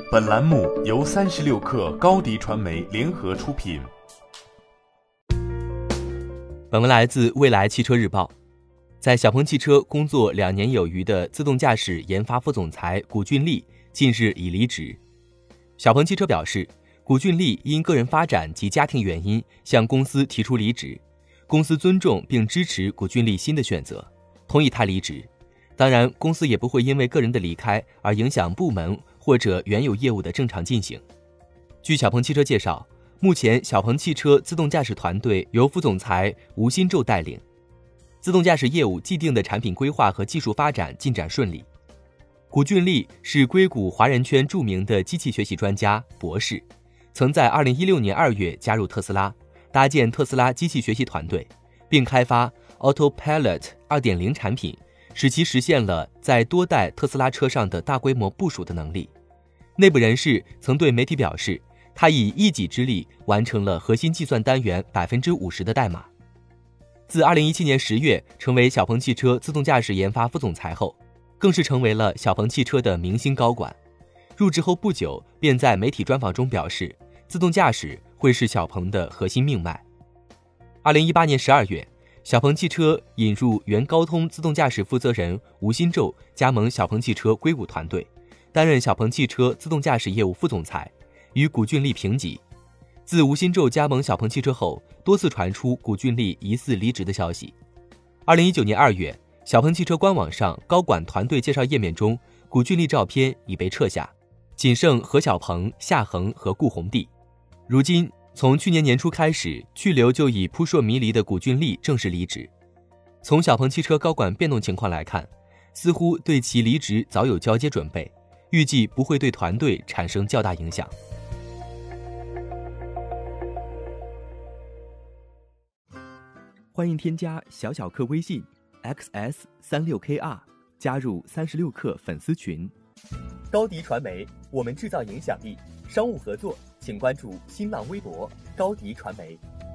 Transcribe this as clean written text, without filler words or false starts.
本栏目由36氪高迪传媒联合出品。 本文来自未来汽车日报。在小鹏汽车工作2年有余的自动驾驶研发副总裁古俊立近日已离职。小鹏汽车表示，古俊立因个人发展及家庭原因向公司提出离职，公司尊重并支持古俊立新的选择，同意他离职。当然，公司也不会因为个人的离开而影响部门或者原有业务的正常进行。据小鹏汽车介绍，目前小鹏汽车自动驾驶团队由副总裁吴新宙带领，自动驾驶业务既定的产品规划和技术发展进展顺利。古俊立是硅谷华人圈著名的机器学习专家、博士，曾在2016年2月加入特斯拉，搭建特斯拉机器学习团队，并开发 Autopilot 2.0 产品，使其实现了在多代特斯拉车上的大规模部署的能力。内部人士曾对媒体表示，他以一己之力完成了核心计算单元 50% 的代码。自2017年10月成为小鹏汽车自动驾驶研发副总裁后，更是成为了小鹏汽车的明星高管。入职后不久，便在媒体专访中表示，自动驾驶会是小鹏的核心命脉。2018年12月，小鹏汽车引入原高通自动驾驶负责人吴新宙加盟小鹏汽车硅谷团队，担任小鹏汽车自动驾驶业务副总裁，与古俊立平级。自吴新宙加盟小鹏汽车后，多次传出古俊立疑似离职的消息。2019年2月，小鹏汽车官网上高管团队介绍页面中，古俊立照片已被撤下，仅剩何小鹏、夏恒和顾宏棣。如今从去年年初开始，去留就已扑朔迷离的古俊立正式离职。从小鹏汽车高管变动情况来看，似乎对其离职早有交接准备，预计不会对团队产生较大影响。 欢迎添加小小客微信 XS36KR， 加入36氪粉丝群。 高迪传媒，我们制造影响力。商务合作请关注新浪微博高迪传媒。